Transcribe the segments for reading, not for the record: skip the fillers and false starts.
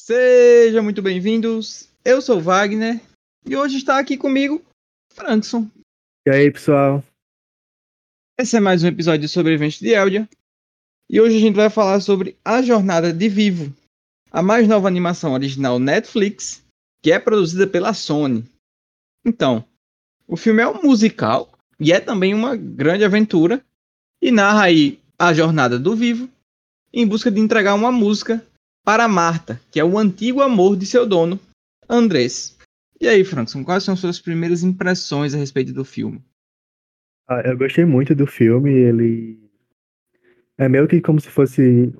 Sejam muito bem-vindos. Eu sou o Wagner e hoje está aqui comigo Frankson. E aí, pessoal? Esse é mais um episódio de Sobreviventes de Eldia e hoje a gente vai falar sobre A Jornada de Vivo, a mais nova animação original Netflix que é produzida pela Sony. Então, o filme é um musical e é também uma grande aventura e narra aí a jornada do Vivo em busca de entregar uma música para Marta, que é o antigo amor de seu dono, Andrés. E aí, Frankson, quais são suas primeiras impressões a respeito do filme? Eu gostei muito do filme. Ele é meio que como se fosse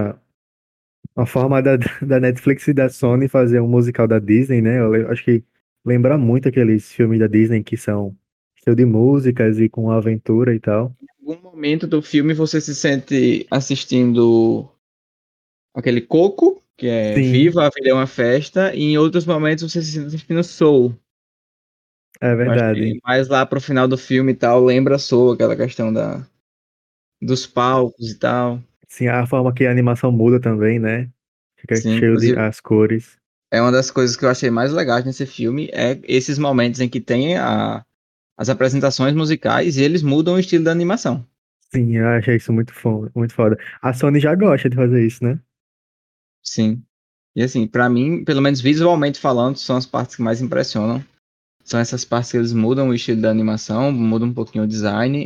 uma forma da Netflix e da Sony fazer um musical da Disney, né? Acho que lembra muito aqueles filmes da Disney que são cheio de músicas e com aventura e tal. Em algum momento do filme você se sente assistindo aquele Coco, que é Sim, Viva, a Vida é uma Festa, e em outros momentos você se sente assistindo Soul. é Eu acho verdade. que mais lá pro final do filme e tal, lembra Soul, aquela questão dos palcos e tal. Sim, a forma que a animação muda também, né? Fica Sim, cheio de inclusive as cores. é uma das coisas que eu achei mais legais nesse filme, é esses momentos em que tem as apresentações musicais e eles mudam o estilo da animação. Sim, eu achei isso muito foda. A Sony já gosta de fazer isso, né? Sim. E assim, pra mim, pelo menos visualmente falando, são as partes que mais impressionam. São essas partes que eles mudam o estilo da animação, mudam um pouquinho o design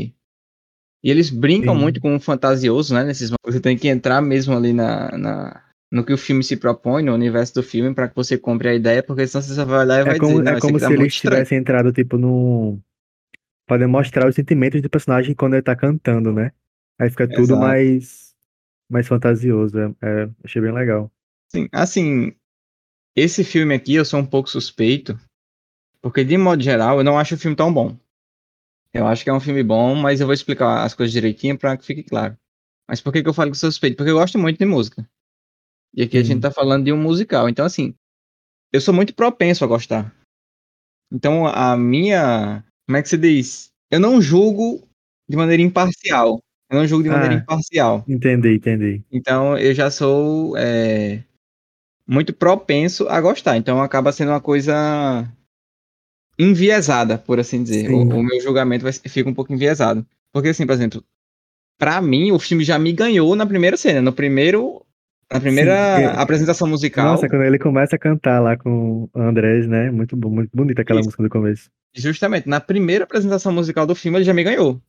e eles brincam muito Sim. com o fantasioso, né? Nesses momentos. Você tem que entrar mesmo ali no que o filme se propõe, no universo do filme, pra que você compre a ideia, porque senão você só vai olhar e vai dizer, É não, isso como aqui tá se muito eles estranho. tivessem entrado, tipo, num. Podem mostrar os sentimentos do personagem quando ele tá cantando, né? Aí fica tudo Exato. mais fantasioso. Achei bem legal. Sim, assim, esse filme aqui eu sou um pouco suspeito, porque de modo geral eu não acho o filme tão bom. Eu acho que é um filme bom, mas eu vou explicar as coisas direitinho pra que fique claro. Mas por que que eu falo que sou suspeito? Porque eu gosto muito de música. E aqui a gente Sim. tá falando de um musical. Então, assim, eu sou muito propenso a gostar. Então, a minha. Como é que se diz? Eu não julgo de maneira imparcial. Eu não julgo de maneira Ah, imparcial. entendi. Então, eu já sou muito propenso a gostar. Então, acaba sendo uma coisa enviesada, por assim dizer. O Sim. meu julgamento fica um pouco enviesado. Porque, assim, por exemplo, pra mim, o filme já me ganhou na primeira cena. Na Sim. primeira apresentação Nossa, musical, quando ele começa a cantar lá com o Andrés, né? Muito bom, muito bonita aquela isso. música do começo. Justamente, na primeira apresentação musical do filme, ele já me ganhou.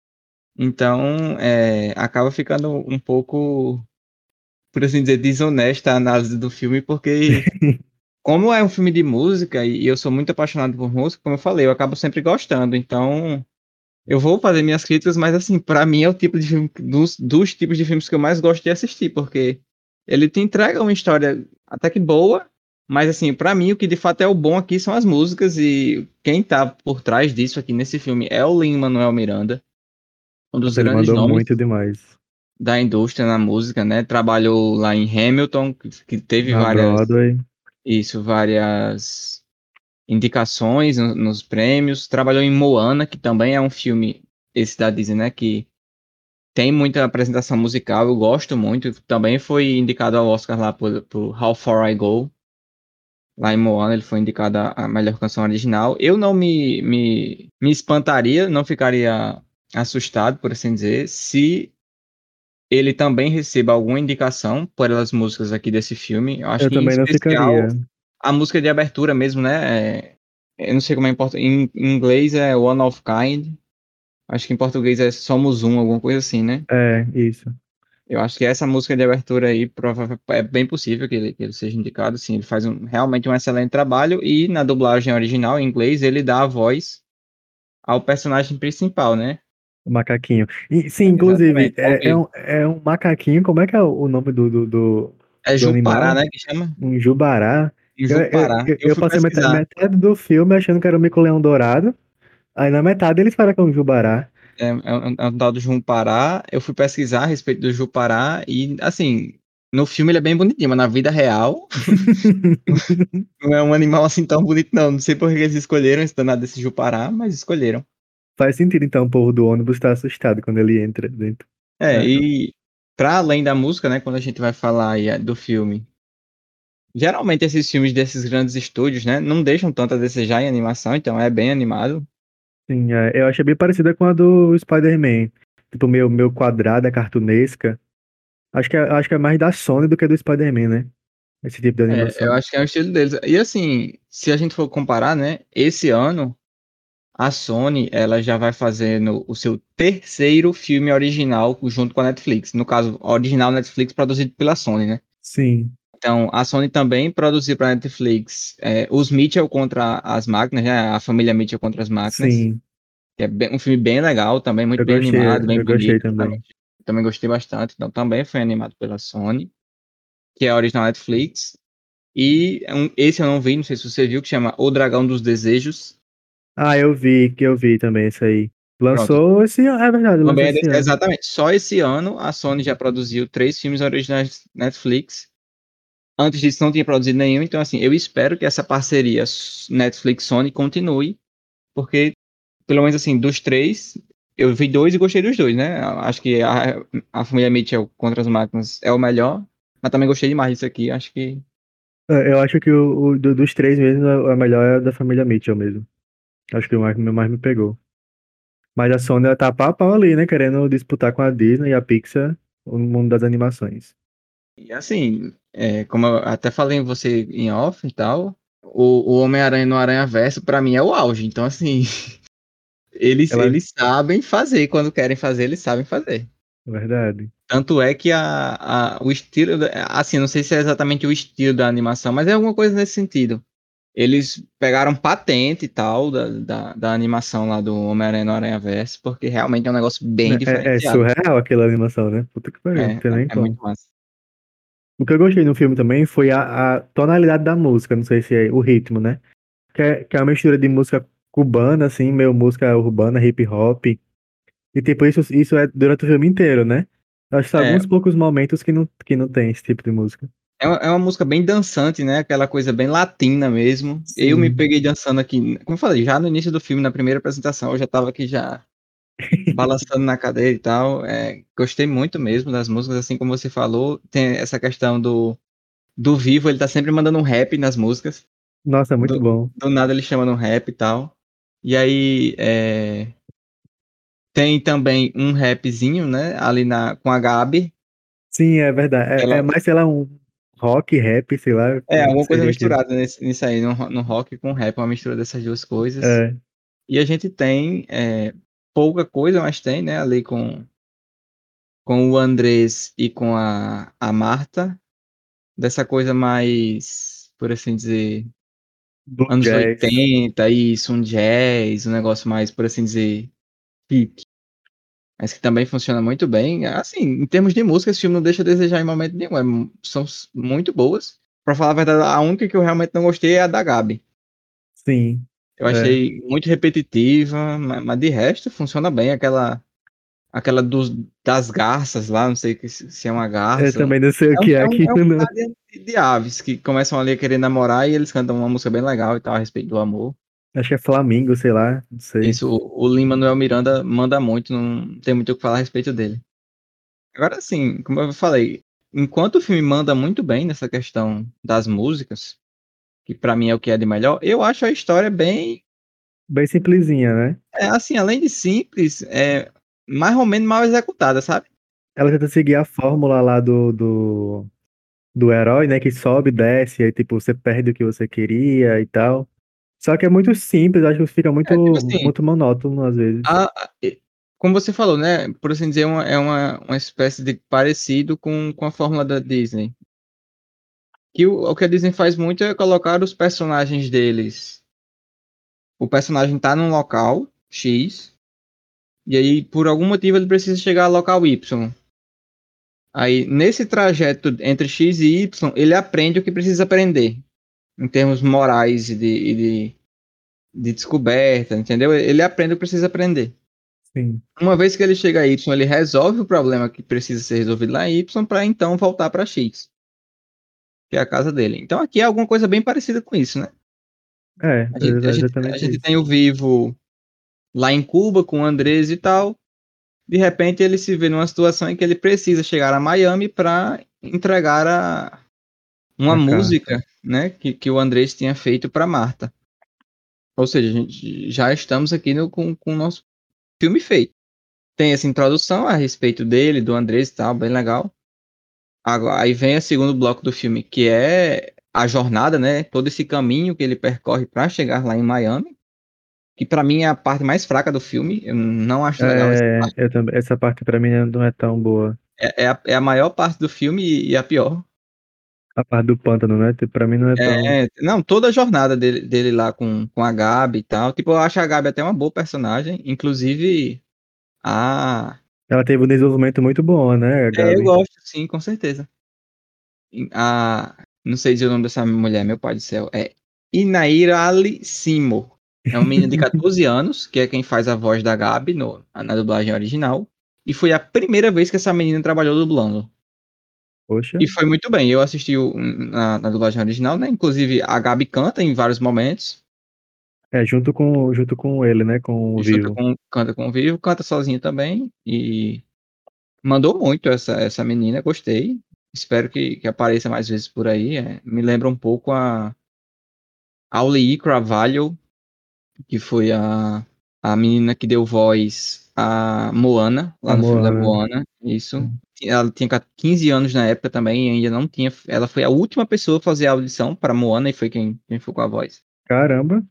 Então, acaba ficando um pouco, por assim dizer, desonesta a análise do filme, porque, como é um filme de música, e eu sou muito apaixonado por música, como eu falei, eu acabo sempre gostando. Então, eu vou fazer minhas críticas, mas, assim, pra mim é o tipo de filme, dos tipos de filmes que eu mais gosto de assistir, porque ele te entrega uma história até que boa, mas, assim, pra mim, o que de fato é o bom aqui são as músicas, e quem tá por trás disso aqui nesse filme é o Lin-Manuel Miranda, um dos Nossa, ele grandes mandou nomes muito demais. da indústria na música, né? Trabalhou lá em Hamilton, que teve Na Broadway. várias indicações nos prêmios. Trabalhou em Moana, que também é um filme, esse da Disney, né? Que tem muita apresentação musical, eu gosto muito. Também foi indicado ao Oscar lá por How Far I Go. Lá em Moana, ele foi indicado a melhor canção original. Eu não me espantaria, não ficaria assustado, por assim dizer, se ele também receba alguma indicação pelas músicas aqui desse filme. Eu acho Eu que em também não especial ficaria. a música de abertura mesmo, né? Eu não sei como é em português. Em inglês é One of Kind. Acho que em português é Somos Um, alguma coisa assim, né? É, isso. Eu acho que essa música de abertura aí é bem possível que ele seja indicado. Sim, ele faz realmente um excelente trabalho. E na dublagem original, em inglês, ele dá a voz ao personagem principal, né? O macaquinho. E, sim, inclusive, Exatamente, ao vivo. é um macaquinho. Como é que é o nome É do Jupará, animal? né? Que chama. Um jubará. Em Jupará. Eu Eu fui passei pesquisar. metade do filme achando que era um mico-leão dourado. Aí na metade eles falam que é um jubará. É um tal do Jumpará. Eu fui pesquisar a respeito do Jupará e, assim, no filme ele é bem bonitinho, mas na vida real não é um animal assim tão bonito, não. Não sei por que eles escolheram esse danado desse Jupará, mas escolheram. Faz sentido, então, o povo do ônibus tá assustado quando ele entra dentro. É, E para além da música, né, quando a gente vai falar aí do filme, Geralmente esses filmes desses grandes estúdios, né, não deixam tanto a desejar em animação, então é bem animado. Sim, eu achei bem parecida com a do Spider-Man. Tipo, meio quadrada, cartunesca. Acho que é mais da Sony do que do Spider-Man, né? Esse tipo de É, eu animação. acho que é o estilo deles. E assim, se a gente for comparar, né, esse ano a Sony, ela já vai fazendo o seu terceiro filme original junto com a Netflix. No caso, original Netflix produzido pela Sony, né? Sim, Então, a Sony também produziu para a Netflix os Mitchell contra as máquinas, né? A família Mitchell contra as máquinas, sim. que é um filme bem legal, também muito Eu bem gostei, animado, bem eu gostei bonito. também. Também gostei bastante. Então, também foi animado pela Sony, que é original Netflix. E esse eu não vi, não sei se você viu, que chama O Dragão dos Desejos. Ah, eu vi também isso aí. Pronto. Lançou esse ano, é verdade, lançou Também esse ano. exatamente. Só esse ano a Sony já produziu 3 filmes originais Netflix. Antes disso não tinha produzido nenhum, então assim, eu espero que essa parceria Netflix-Sony continue, porque pelo menos assim, dos 3, eu vi 2 e gostei dos 2, né? Acho que a família Mitchell contra as máquinas é o melhor, mas também gostei demais disso aqui, acho que... Eu acho que dos três mesmo, a melhor é a da família Mitchell mesmo. Acho que o mais me pegou. Mas a Sony ela tá pau a pau ali, né? Querendo disputar com a Disney e a Pixar o mundo das animações. E assim, como eu até falei em você em off e tal, o Homem-Aranha no Aranha-Verso, pra mim, é o auge. Então, assim, Ela, eles sabem fazer, quando querem fazer, eles sabem fazer. verdade. Tanto é que o estilo, assim, não sei se é exatamente o estilo da animação, mas é alguma coisa nesse sentido. Eles pegaram patente e tal da animação lá do Homem-Aranha no Aranha-Verso, porque realmente é um negócio bem É diferenciado. surreal aquela animação, né? Puta que pariu, não É, tem nem é muito como. massa. O que eu gostei no filme também foi a tonalidade da música, não sei se é o ritmo, né? Que é uma mistura de música cubana, assim, meio música urbana, hip hop. E tipo, isso é durante o filme inteiro, né? Acho que são É, alguns poucos momentos que não tem esse tipo de música. é uma música bem dançante, né? Aquela coisa bem latina mesmo. Eu me Sim. peguei dançando aqui, como eu falei, já no início do filme, na primeira apresentação, eu já tava aqui já balançando na cadeira e tal. Gostei muito mesmo das músicas, assim como você falou. Tem essa questão do Vivo, ele tá sempre mandando um rap nas músicas. Nossa, é muito Do, bom. do nada ele chama no rap e tal. E aí tem também um rapzinho, né? Ali com a Gabi. Sim, é verdade. É Ela mais, sei lá, um rock, rap, sei lá, como alguma coisa seria aquilo. misturada nisso aí, no rock com rap, uma mistura dessas duas coisas. É, E a gente tem pouca coisa, mas tem, né? Ali com o Andrés e com a Marta. Dessa coisa mais, por assim dizer, Blue anos Jazz. 80 isso, um jazz, um negócio mais, por assim dizer, hip. Mas que também funciona muito bem. Assim, em termos de música, esse filme não deixa a desejar em momento nenhum. São muito boas. Pra falar a verdade, a única que eu realmente não gostei é a da Gabi. Sim. Eu É. achei muito repetitiva, mas de resto funciona bem. Aquela das garças lá, não sei se é uma Eu garça. também não sei o que é É aquilo, um não. par de aves que começam ali a querer namorar e eles cantam uma música bem legal e tal, a respeito do amor. Acho que é Flamingo, sei lá, não sei. Isso, o Lin-Manuel Miranda manda muito, não tem muito o que falar a respeito dele. Agora sim, como eu falei, enquanto o filme manda muito bem nessa questão das músicas, que pra mim é o que é de melhor, eu acho a história bem, Bem simplesinha, né? assim, além de simples, mais ou menos mal executada, sabe? Ela tenta seguir a fórmula lá do herói, né? Que sobe, desce, aí tipo, você perde o que você queria e tal. Só que é muito simples, acho que fica Tipo muito, assim, muito monótono às vezes. como você falou, né? Por assim dizer, uma espécie de parecido com a fórmula da Disney. Que o que a Disney faz muito é colocar os personagens deles. O personagem tá num local X, e aí, por algum motivo, ele precisa chegar ao local Y. Aí, nesse trajeto entre X e Y, ele aprende o que precisa aprender, em termos morais de descoberta, entendeu? Ele aprende o que precisa aprender. Sim. Uma vez que ele chega a Y, ele resolve o problema que precisa ser resolvido lá em Y, para então voltar para X, que é a casa dele. Então, aqui é alguma coisa bem parecida com isso, né? É, A exatamente gente isso. tem o Vivo lá em Cuba com o Andrés e tal. De repente ele se vê numa situação em que ele precisa chegar a Miami para entregar uma A carta. música, né, que o Andrés tinha feito para Marta. Ou seja, a gente já estamos aqui com o nosso filme feito. Tem essa introdução a respeito dele, do Andrés e tal, bem legal. Agora, aí vem o segundo bloco do filme, que é a jornada, né? Todo esse caminho que ele percorre para chegar lá em Miami, que para mim é a parte mais fraca do filme. Eu não acho legal essa parte. Eu também, essa parte pra mim não é tão boa. É a maior parte do filme e a pior. A parte do pântano, né? Tipo, pra mim não é tão. Não, toda a jornada dele lá com a Gabi e tal. Tipo, eu acho a Gabi até uma boa personagem. Inclusive, a. Ela teve um desenvolvimento muito bom, né, Eu Gabi? gosto, sim, com certeza. A. Não sei dizer o nome dessa mulher, meu pai do céu. É Inaira Ali Simo. É uma menina de 14 anos, que é quem faz a voz da Gabi na dublagem original. E foi a primeira vez que essa menina trabalhou dublando. Poxa. E foi muito bem. Eu assisti na dublagem original, né? Inclusive, a Gabi canta em vários momentos. É, junto com ele, né? Com o Junto Vivo. canta com o Vivo, canta sozinho também. E mandou muito essa menina, gostei. Espero que apareça mais vezes por aí. Me lembra um pouco a Auli'i Cravalho, que foi a menina que deu voz a Moana, lá A no filme da Moana. Moana. Isso. Ela tinha 15 anos na época também, e ainda não tinha. Ela foi a última pessoa a fazer a audição para Moana e foi quem ficou com a voz. Caramba.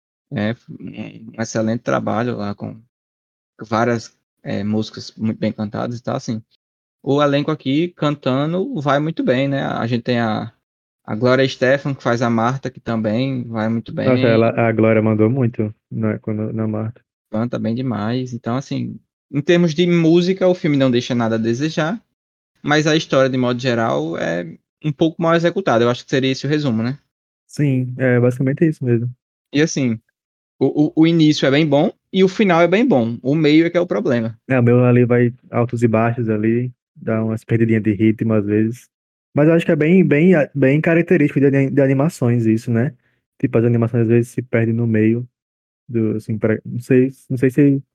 Um excelente trabalho lá com várias músicas muito bem cantadas e tal, assim. O elenco aqui cantando vai muito bem, né? A gente tem a Gloria Estefan, que faz a Marta, que também vai muito Nossa, bem, a Glória mandou muito na Marta. canta bem demais. Então, assim, em termos de música, o filme não deixa nada a desejar, mas a história, de modo geral, é um pouco mal executada. Eu acho que seria esse o resumo, né? Sim, é basicamente isso mesmo. E assim, o início é bem bom e o final é bem bom. O meio é que é o problema. É, o meu ali vai altos e baixos ali, dá umas perdidinhas de ritmo às vezes. Mas eu acho que é bem característico de animações isso, né? Tipo, as animações às vezes se perdem no meio assim, não sei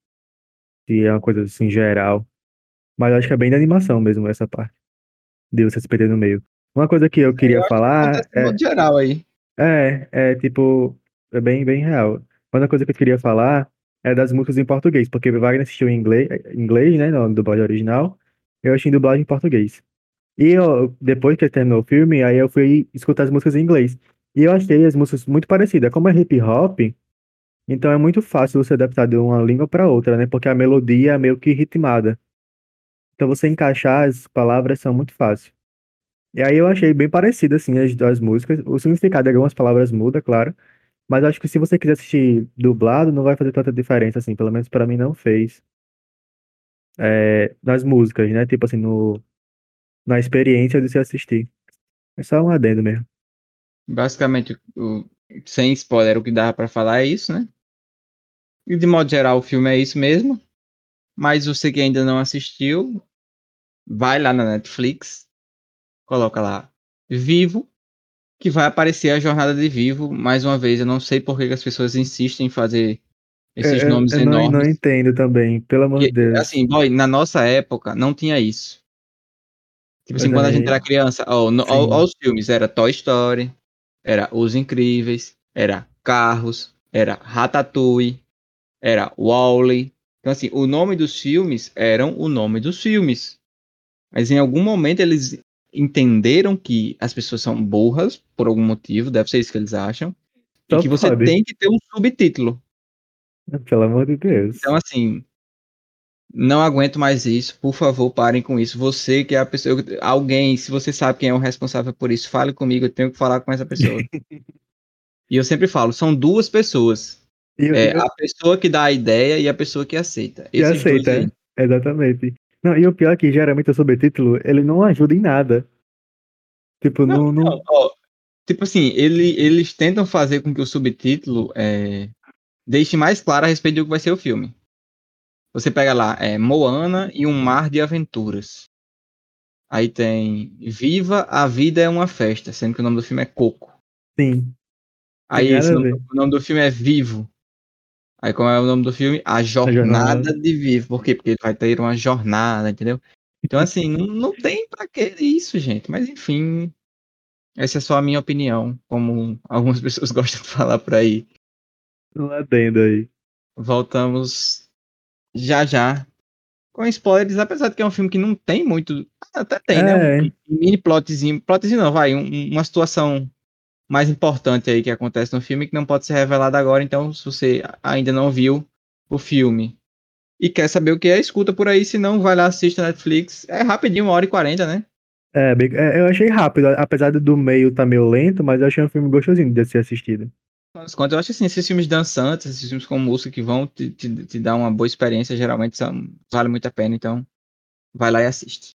se é uma coisa assim geral, mas eu acho que é bem da animação mesmo essa parte, de você se perder no meio. Uma coisa que eu queria Eu acho que falar acontece de modo geral aí. tipo, é bem real. Uma coisa que eu queria falar é das músicas em português, porque o Wagner assistiu em inglês, né, no dublagem original, eu assisti em dublagem em português. E depois que terminou o filme, aí eu fui escutar as músicas em inglês. E eu achei as músicas muito parecidas. Como é hip hop, então é muito fácil você adaptar de uma língua para outra, né? Porque a melodia é meio que ritmada. Então você encaixar as palavras são muito fácil. E aí eu achei bem parecido, assim, as músicas. O significado de algumas palavras muda, claro. Mas acho que se você quiser assistir dublado, não vai fazer tanta diferença, assim. Pelo menos para mim não fez. Nas músicas, né? Tipo assim, na experiência de se assistir. É só um adendo mesmo. Basicamente, sem spoiler, o que dava pra falar é isso, né? E de modo geral, o filme é isso mesmo. Mas você que ainda não assistiu, vai lá na Netflix, coloca lá Vivo, que vai aparecer a jornada de Vivo. Mais uma vez, eu não sei por que que as pessoas insistem em fazer esses nomes Eu não enormes. entendo também, pelo amor de E, Deus. assim, boy, na nossa época não tinha isso. Tipo Eu assim, quando a gente também, era criança, ó, sim. os filmes, era Toy Story, era Os Incríveis, era Carros, era Ratatouille, era Wall-E. Então, assim, o nome dos filmes eram o nome dos filmes. Mas em algum momento eles entenderam que as pessoas são burras, por algum motivo, deve ser isso que eles acham, e Só que você pode. tem que ter um subtítulo. Pelo amor de Deus. Então, assim, não aguento mais isso, por favor, parem com isso. Você que é a pessoa, alguém, se você sabe quem é o responsável por isso, fale comigo, eu tenho que falar com essa pessoa. E eu sempre falo, são duas pessoas. E eu A pessoa que dá a ideia e a pessoa que aceita. que Esses dois aceita, aí. exatamente. Não, e o pior é que geralmente o subtítulo, ele não ajuda em nada. Tipo, Não, não, não, não. ó, tipo assim, eles tentam fazer com que o subtítulo deixe mais claro a respeito do que vai ser o filme. Você pega lá, Moana e um mar de aventuras. Aí tem Viva, a vida é uma festa, sendo que o nome do filme é Coco. Sim, tem Aí nada esse a nome, ver. o nome do filme é Vivo. Aí como é o nome do filme? A A jornada. Jornada de Vivo. Por quê? Porque ele vai ter uma jornada, entendeu? Então assim, não tem pra que isso, gente. Mas enfim, Essa é só a minha opinião, como algumas pessoas gostam de falar por aí. Um adendo aí. Voltamos já já com spoilers, apesar de que é um filme que não tem muito. Até tem, né? Um É, mini plotzinho. Plotzinho não, vai. Uma situação mais importante aí que acontece no filme que não pode ser revelada agora. Então, se você ainda não viu o filme e quer saber o que é, escuta por aí. Se não, vai lá, assiste na Netflix. É rapidinho, 1h40, né? eu achei rápido, apesar do meio tá meio lento, mas eu achei um filme gostosinho de ser assistido. Eu acho assim, esses filmes dançantes, esses filmes com música que vão te dar uma boa experiência, geralmente vale muito a pena. Então, vai lá e assiste.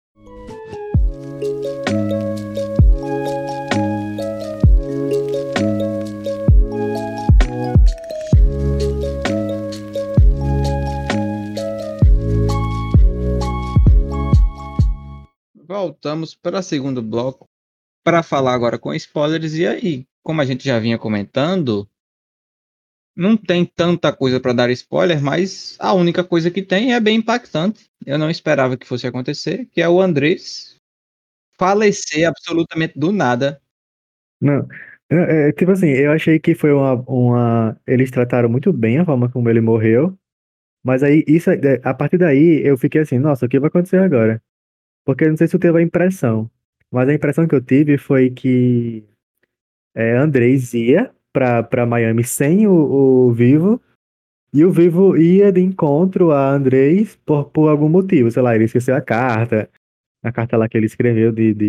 Voltamos para o segundo bloco para falar agora com spoilers. E aí, como a gente já vinha comentando, não tem tanta coisa para dar spoiler, mas a única coisa que tem é bem impactante. Eu não esperava que fosse acontecer, que é o Andrés falecer absolutamente do nada. Não, tipo assim, eu achei que foi eles trataram muito bem a forma como ele morreu, mas aí, a partir daí, eu fiquei assim, nossa, o que vai acontecer agora? Porque eu não sei se tu teve a impressão, mas a impressão que eu tive foi que Andrés ia pra Miami sem o Vivo, e o Vivo ia de encontro a Andrés por algum motivo, sei lá, ele esqueceu a carta lá que ele escreveu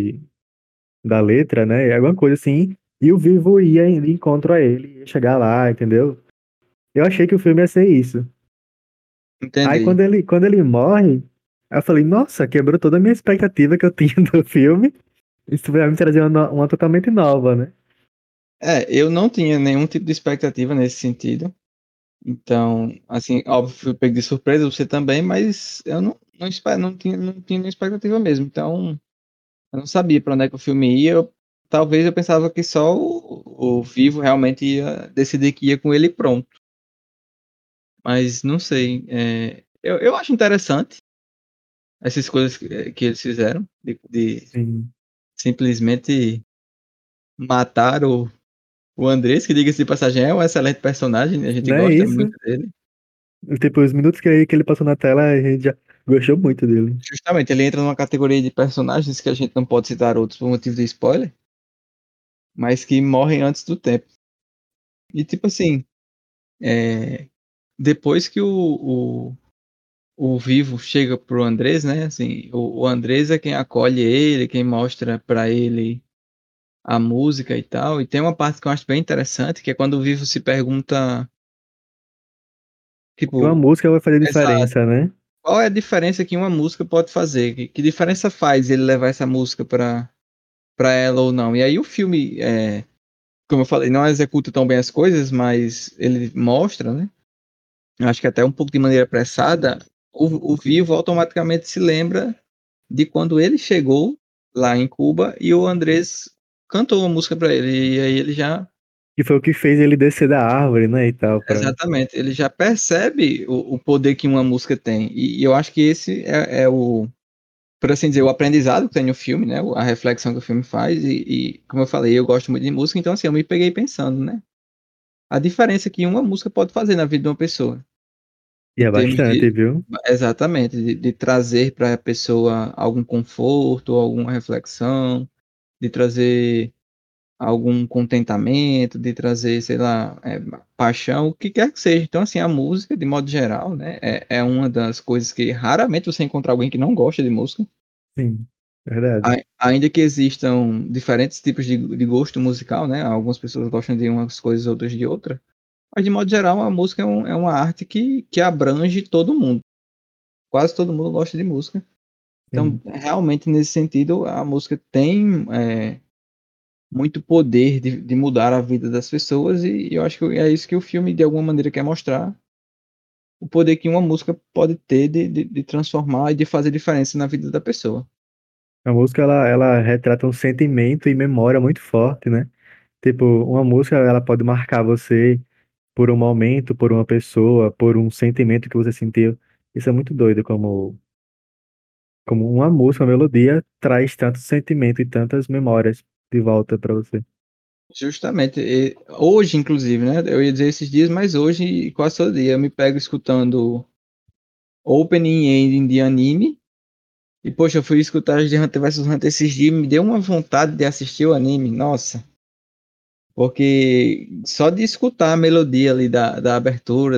da letra, né? Alguma coisa assim. E o Vivo ia de encontro a ele, ia chegar lá, entendeu? Eu achei que o filme ia ser isso. Aí Entendi. quando ele morre, eu falei, nossa, quebrou toda a minha expectativa que eu tinha do filme. Isso vai me trazer uma totalmente nova, né? Eu não tinha nenhum tipo de expectativa nesse sentido. Então, assim, óbvio, fui pego de surpresa, você também, mas eu não tinha nenhuma expectativa mesmo. Então, eu não sabia para onde é que o filme ia. Talvez eu pensava que só o Vivo realmente ia decidir que ia com ele e pronto. Mas não sei. Eu acho interessante essas coisas que eles fizeram, de Sim. simplesmente matar o Andrés, que diga-se de passagem é um excelente personagem, a gente Não é gosta muito isso? dele. Tipo, os minutos que ele passou na tela, a gente já gostou muito dele. Justamente, ele entra numa categoria de personagens que a gente não pode citar outros por motivo de spoiler, mas que morrem antes do tempo. E tipo assim, é, depois que o Vivo chega pro Andrés, né? Assim, o Andrés é quem acolhe ele, quem mostra pra ele a música e tal. E tem uma parte que eu acho bem interessante, que é quando o Vivo se pergunta, E uma tipo, música vai fazer exato, diferença, né? qual é a diferença que uma música pode fazer? Que diferença faz ele levar essa música pra ela ou não? E aí o filme, como eu falei, não executa tão bem as coisas, mas ele mostra, né? Eu acho que até um pouco de maneira apressada, o Vivo automaticamente se lembra de quando ele chegou lá em Cuba e o Andrés cantou uma música para ele. E aí ele já, Que foi o que fez ele descer da árvore, né? E tal, exatamente, ele já percebe o poder que uma música tem. E eu acho que esse é o, por assim dizer, o aprendizado que tem no filme, né? A reflexão que o filme faz. E como eu falei, eu gosto muito de música, então assim, eu me peguei pensando, né? A diferença que uma música pode fazer na vida de uma pessoa. E Em é termos bastante, de, viu? exatamente, de trazer para a pessoa algum conforto, alguma reflexão, de trazer algum contentamento, de trazer, sei lá, paixão, o que quer que seja. Então, assim, a música, de modo geral, né, é uma das coisas que raramente você encontra alguém que não gosta de música. Sim, verdade. Ainda que existam diferentes tipos de gosto musical, né, algumas pessoas gostam de umas coisas, outras de outra, mas de modo geral, a música é uma arte que abrange todo mundo. Quase todo mundo gosta de música. Então, Sim. realmente, nesse sentido, a música tem muito poder de mudar a vida das pessoas, e eu acho que é isso que o filme, de alguma maneira, quer mostrar. O poder que uma música pode ter de transformar e de fazer diferença na vida da pessoa. A música, ela retrata um sentimento e memória muito forte, né? Tipo, uma música, ela pode marcar você por um momento, por uma pessoa, por um sentimento que você sentiu. Isso é muito doido, como uma música, uma melodia, traz tanto sentimento e tantas memórias de volta pra você. Justamente. Hoje, inclusive, né? Eu ia dizer esses dias, mas hoje, quase todo dia, eu me pego escutando opening e ending de anime. E, poxa, eu fui escutar as de Hunter vs Hunter esses dias, me deu uma vontade de assistir o anime. Nossa. Porque só de escutar a melodia ali da abertura,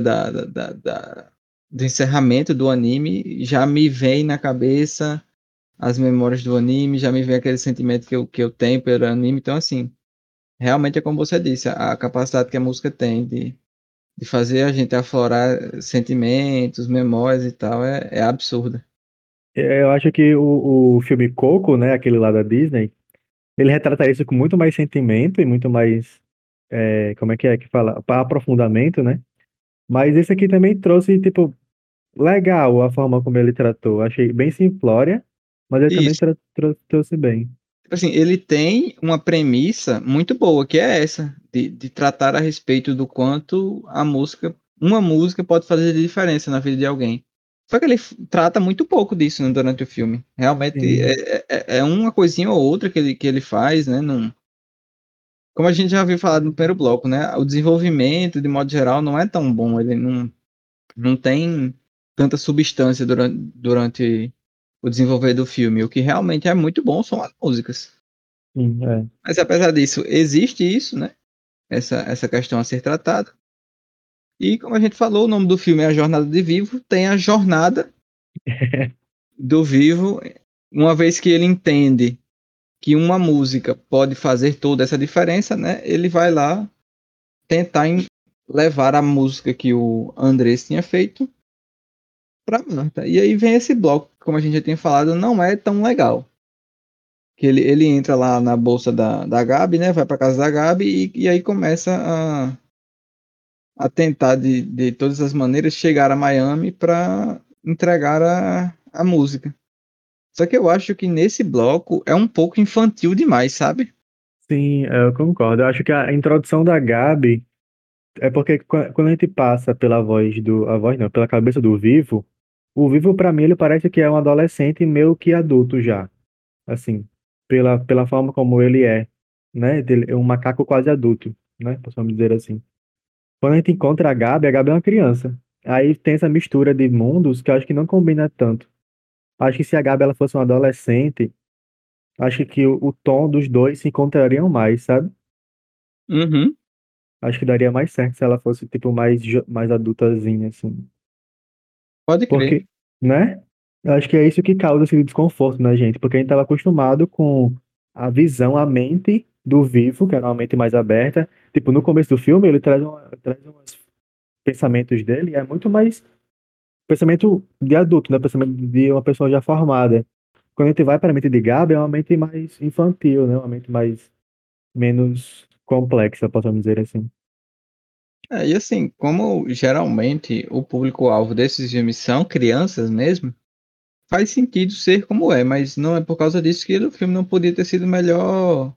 do encerramento do anime, já me vem na cabeça as memórias do anime, já me vem aquele sentimento que eu tenho pelo anime. Então, assim, realmente é como você disse, a capacidade que a música tem de fazer a gente aflorar sentimentos, memórias e tal, é absurda. Eu acho que o filme Coco, né, aquele lá da Disney, ele retrata isso com muito mais sentimento e muito mais, como é que fala? Aprofundamento, né? Mas esse aqui também trouxe, tipo, legal a forma como ele tratou. Achei bem simplória, mas ele também Isso. trouxe bem. Tipo assim, ele tem uma premissa muito boa, que é essa, de tratar a respeito do quanto uma música pode fazer diferença na vida de alguém. Só que ele trata muito pouco disso, né, durante o filme. Realmente Sim, é uma coisinha ou outra que ele faz, né? Não, como a gente já havia falado no primeiro bloco, né? O desenvolvimento, de modo geral, não é tão bom. Ele não tem tanta substância durante o desenvolver do filme. O que realmente é muito bom são as músicas. sim, é. Mas apesar disso, existe isso, né? Essa questão a ser tratada. E como a gente falou, o nome do filme é A Jornada de Vivo. Tem a jornada do Vivo, uma vez que ele entende que uma música pode fazer toda essa diferença, né? Ele vai lá tentar levar a música que o Andrés tinha feito para Marta. E aí vem esse bloco, que, como a gente já tinha falado, não é tão legal. Que ele entra lá na bolsa da Gabi, né? Vai para casa da Gabi e aí começa a tentar de todas as maneiras chegar a Miami para entregar a música. Só que eu acho que nesse bloco é um pouco infantil demais, sabe? Sim, eu concordo. Eu acho que a introdução da Gabi é porque quando a gente passa pela voz a voz não, pela cabeça do Vivo, o Vivo pra mim ele parece que é um adolescente meio que adulto já, assim, pela forma como ele é, né? Ele é um macaco quase adulto, né? Posso dizer assim. Quando a gente encontra a Gabi é uma criança. Aí tem essa mistura de mundos que eu acho que não combina tanto. Acho que se a Gabi ela fosse uma adolescente, acho que o tom dos dois se encontrariam mais, sabe? Uhum, Acho que daria mais certo se ela fosse, tipo, mais adultazinha, assim. pode crer. Porque, né? Eu acho que é isso que causa esse desconforto na gente, porque a gente estava acostumado com a visão, a mente do Vivo, que era uma mente mais aberta. Tipo, no começo do filme, ele traz uns pensamentos dele, é muito mais pensamento de adulto, né? Pensamento de uma pessoa já formada. Quando a gente vai para a mente de Gabi, é uma mente mais infantil, né? Uma mente menos complexa, podemos dizer assim. E assim, como geralmente o público-alvo desses filmes são crianças mesmo, faz sentido ser como é, mas não é por causa disso que o filme não podia ter sido melhor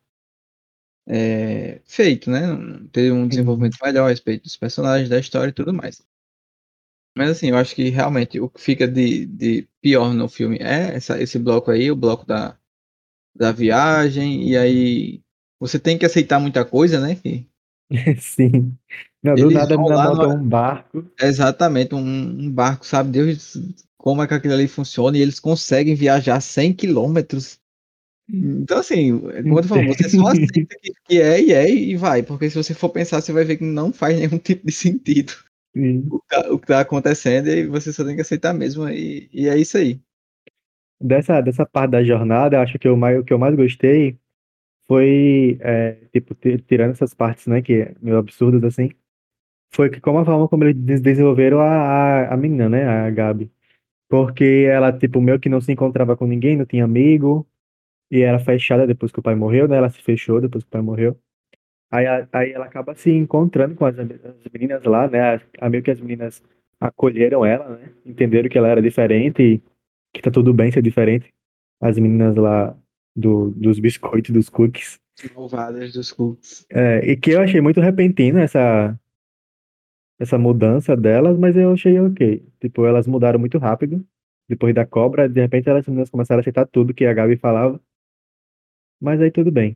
feito, né? Ter um Sim. desenvolvimento melhor a respeito dos personagens, da história e tudo mais. Mas assim, eu acho que realmente o que fica de pior no filme é esse bloco aí, o bloco da viagem, e aí você tem que aceitar muita coisa, né? Que Sim. Não, do eles nada vão na lá moto é um barco. exatamente um barco, sabe Deus como é que aquilo ali funciona, e eles conseguem viajar 100 quilômetros. Então, assim, como eu tô falando, você só aceita que é e é e vai, porque se você for pensar, você vai ver que não faz nenhum tipo de sentido Sim. o que tá acontecendo, e você só tem que aceitar mesmo, e é isso aí. Dessa parte da jornada, eu acho que o que eu mais gostei foi, tipo, tirando essas partes, né, que é meio absurdas assim, foi que como a forma como eles desenvolveram a menina, né, a Gabi. Porque ela, tipo, meio que não se encontrava com ninguém, não tinha amigo, e era fechada depois que o pai morreu, né, ela se fechou depois que o pai morreu. Aí ela acaba se encontrando com as meninas lá, né, meio que as meninas acolheram ela, né, entenderam que ela era diferente e que tá tudo bem ser diferente. As meninas lá dos biscoitos, dos cookies. Malvadas dos cultos. E que eu achei muito repentino essa mudança delas, mas eu achei ok. Tipo, elas mudaram muito rápido. Depois da cobra, de repente elas meninas começaram a aceitar tudo que a Gabi falava, mas aí tudo bem.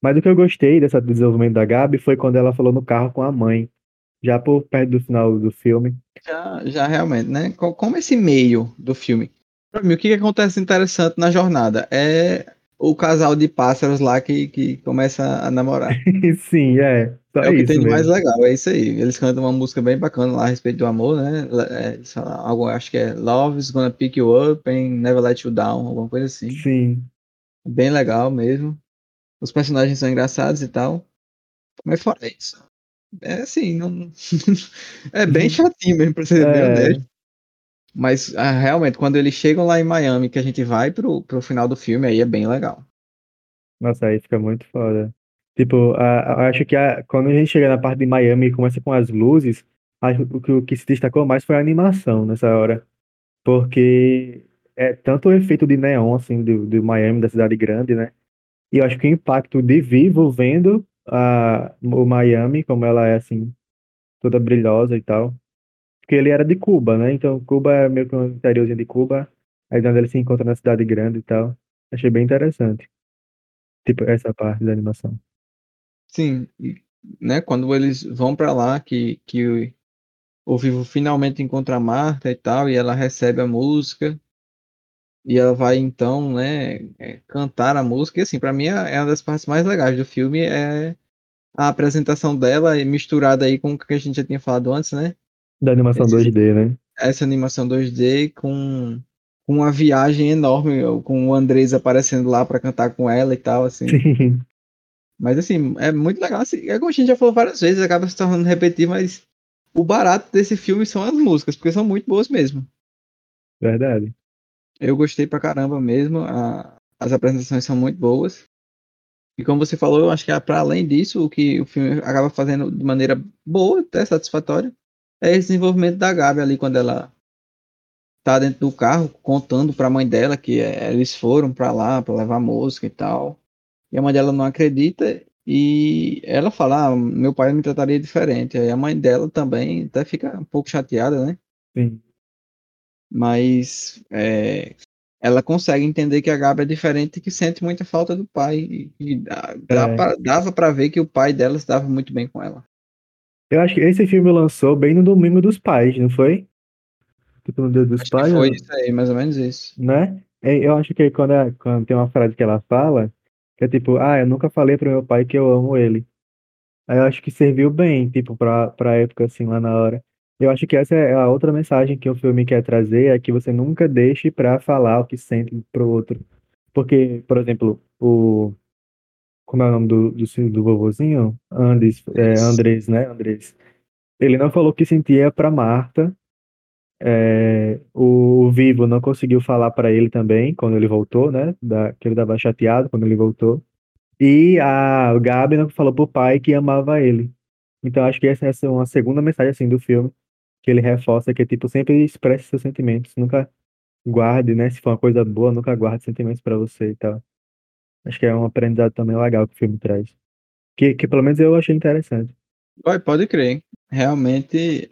Mas o que eu gostei desse desenvolvimento da Gabi foi quando ela falou no carro com a mãe, já por perto do final do filme. Já realmente, né? Como esse meio do filme. Pra mim, o que acontece interessante na jornada é o casal de pássaros lá que começa a namorar. Sim, só É o que tem isso de mais mesmo. legal, é isso aí. Eles cantam uma música bem bacana lá a respeito do amor, né? Eles falam algo, acho que é Love's Gonna Pick You Up and Never Let You Down, alguma coisa assim. Sim, Bem legal mesmo. Os personagens são engraçados e tal. Mas fora isso, é assim, não... é bem chatinho mesmo, pra ser bem é, honesto. Mas realmente, quando eles chegam lá em Miami, que a gente vai pro final do filme, aí é bem legal. nossa, aí fica muito foda. Tipo, eu acho que quando a gente chega na parte de Miami e começa com as luzes, o que se destacou mais foi a animação nessa hora. Porque é tanto o efeito de neon, assim, do Miami, da cidade grande, né? E eu acho que o impacto de vivo vendo o Miami, como ela é, assim, toda brilhosa e tal. Porque ele era de Cuba, né? Então, Cuba é meio que um interiorzinho de Cuba. Aí, quando ele se encontra na cidade grande e tal. Achei bem interessante. Tipo, essa parte da animação. Sim, né? Quando eles vão pra lá, que o Vivo finalmente encontra a Marta e tal, e ela recebe a música, e ela vai então, né, cantar a música. E assim, pra mim é uma das partes mais legais do filme, é a apresentação dela misturada aí com o que a gente já tinha falado antes, né? Da animação Esses 2D, né? essa animação 2D com uma viagem enorme, com o Andrés aparecendo lá para cantar com ela e tal, assim. Sim, Mas assim, é muito legal. Assim, é como a gente já falou várias vezes, acaba se tornando repetir, mas o barato desse filme são as músicas, porque são muito boas mesmo. verdade. Eu gostei pra caramba mesmo, as apresentações são muito boas. E como você falou, eu acho que para além disso, o que o filme acaba fazendo de maneira boa, até satisfatória, é esse desenvolvimento da Gabi ali quando ela tá dentro do carro contando pra mãe dela que eles foram pra lá pra levar música e tal. E a mãe dela não acredita e ela fala: meu pai me trataria diferente. Aí a mãe dela também até fica um pouco chateada, né? Sim. Mas ela consegue entender que a Gabi é diferente e que sente muita falta do pai. E É. dava pra ver que o pai dela se dava muito bem com ela. Eu acho que esse filme lançou bem no Domingo dos Pais, não foi? Tipo, no Dia dos Acho que Pais, foi isso aí, mais ou menos isso. né? Eu acho que quando tem uma frase que ela fala, que é tipo, eu nunca falei pro meu pai que eu amo ele. Aí eu acho que serviu bem, tipo, pra época, assim, lá na hora. Eu acho que essa é a outra mensagem que o filme quer trazer, é que você nunca deixe pra falar o que sente pro outro. Porque, por exemplo, como é o nome do vovozinho? Isso. Andrés, né? Andrés. Ele não falou o que sentia pra Marta. O Vivo não conseguiu falar pra ele também, quando ele voltou, né? Que ele tava chateado quando ele voltou. E a Gabi não falou pro pai que amava ele. Então acho que essa é uma segunda mensagem assim do filme que ele reforça que é tipo sempre expresse seus sentimentos, nunca guarde, né? Se for uma coisa boa, nunca guarde sentimentos pra você e tal. Acho que é um aprendizado também legal que o filme traz. Que pelo menos eu achei interessante. Pode crer. Realmente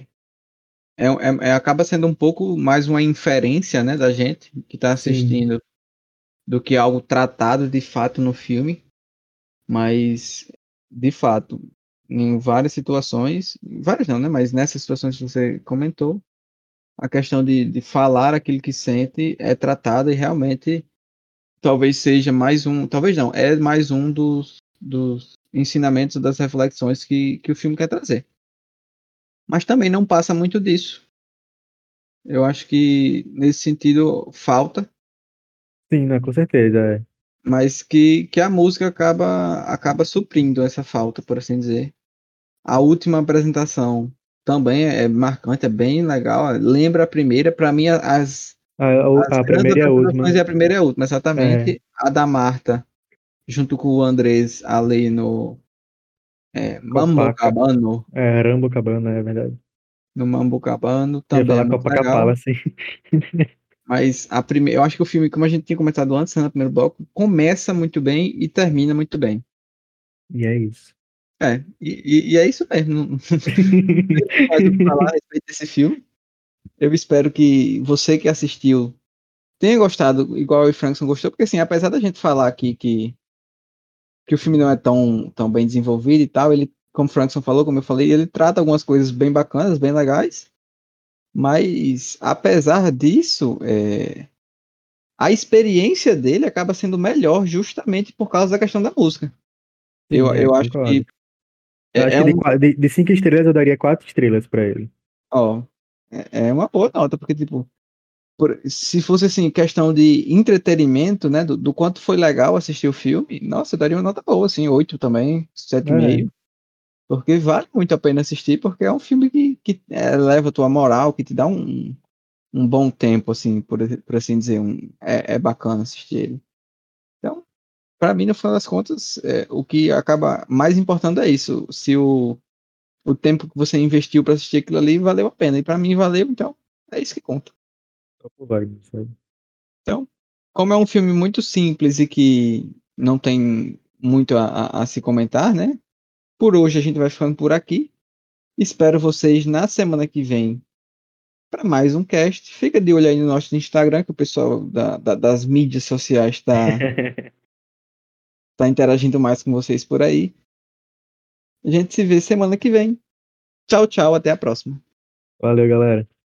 acaba sendo um pouco mais uma inferência, né, da gente que está Sim, assistindo do que algo tratado de fato no filme, mas de fato, em várias situações, várias não, né, mas nessas situações que você comentou, a questão de falar aquilo que sente é tratada e realmente talvez seja mais um, talvez não, é mais um dos ensinamentos, das reflexões que o filme quer trazer. Mas também não passa muito disso. Eu acho que nesse sentido falta, sim, né, com certeza. mas que a música acaba suprindo essa falta, por assim dizer. A última apresentação também é marcante, é bem legal. Lembra a primeira, para mim as A grandes primeira e a apresentações última. é a primeira e a última, É, exatamente. A da Marta, junto com o Andrés ali no Copaca. Mambucabano, Rambocabana, é verdade. no Mambucabano Ia também é falar muito Copacabana, legal. assim. Mas eu acho que o filme, como a gente tinha comentado antes, né, no primeiro bloco, começa muito bem e termina muito bem. E é isso. E é isso mesmo. Não tem muito mais o que falar a respeito desse filme. Eu espero que você que assistiu tenha gostado, igual o Frankson gostou, porque assim, apesar da gente falar aqui que o filme não é tão bem desenvolvido e tal. Ele, como o Frankson falou, como eu falei, ele trata algumas coisas bem bacanas, bem legais. Mas, apesar disso, a experiência dele acaba sendo melhor justamente por causa da questão da música. Sim, Eu acho que concordo. Eu acho é que um. de 5 estrelas eu daria 4 estrelas pra ele. Ó, é uma boa nota, porque, tipo, se fosse assim, questão de entretenimento, né? Do quanto foi legal assistir o filme, nossa, eu daria uma nota boa, assim, 8 também, É, 7,5. Porque vale muito a pena assistir, porque é um filme que eleva a tua moral, que te dá um bom tempo, assim, por assim dizer. É bacana assistir ele. Então, para mim, no final das contas, o que acaba mais importando é isso. Se o tempo que você investiu para assistir aquilo ali valeu a pena. E para mim valeu, então é isso que conta. topo vibe, sabe? Então, como é um filme muito simples e que não tem muito a se comentar, né? Por hoje a gente vai ficando por aqui. Espero vocês na semana que vem para mais um cast. Fica de olho aí no nosso Instagram, que o pessoal das mídias sociais tá interagindo mais com vocês por aí. A gente se vê semana que vem. Tchau, tchau, até a próxima. Valeu, galera.